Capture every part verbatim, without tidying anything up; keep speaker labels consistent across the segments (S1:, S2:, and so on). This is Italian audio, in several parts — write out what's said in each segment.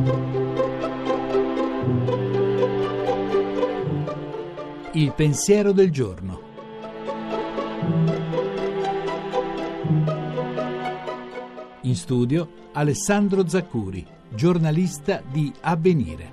S1: Il pensiero del giorno. In studio Alessandro Zaccuri, giornalista di Avvenire.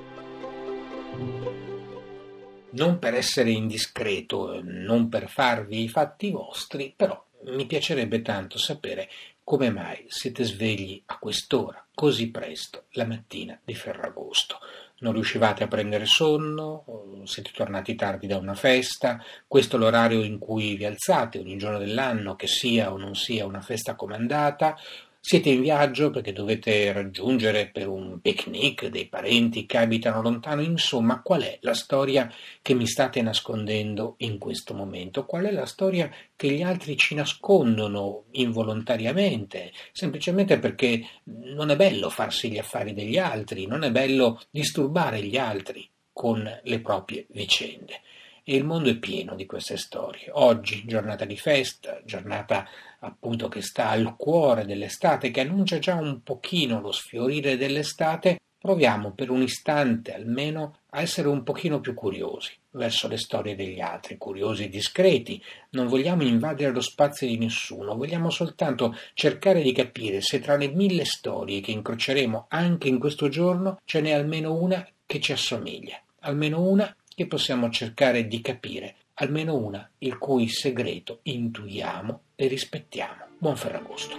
S2: Non per essere indiscreto, non per farvi i fatti vostri, però mi piacerebbe tanto sapere come mai siete svegli a quest'ora, così presto, la mattina di Ferragosto. Non riuscivate a prendere sonno, siete tornati tardi da una festa, questo è l'orario in cui vi alzate ogni giorno dell'anno, che sia o non sia una festa comandata, siete in viaggio perché dovete raggiungere per un picnic dei parenti che abitano lontano. Insomma, qual è la storia che mi state nascondendo in questo momento? Qual è la storia che gli altri ci nascondono involontariamente, semplicemente perché non è bello farsi gli affari degli altri, non è bello disturbare gli altri con le proprie vicende. E il mondo è pieno di queste storie. Oggi, giornata di festa, giornata appunto che sta al cuore dell'estate, che annuncia già un pochino lo sfiorire dell'estate, proviamo per un istante almeno a essere un pochino più curiosi verso le storie degli altri, curiosi e discreti. Non vogliamo invadere lo spazio di nessuno, vogliamo soltanto cercare di capire se tra le mille storie che incroceremo anche in questo giorno ce n'è almeno una che ci assomiglia, almeno una che possiamo cercare di capire, almeno una il cui segreto intuiamo e rispettiamo. Buon Ferragosto.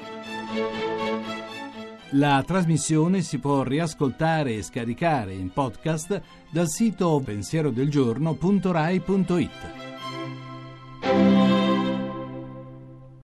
S1: La trasmissione si può riascoltare e scaricare in podcast dal sito pensierodelgiorno punto rai punto it.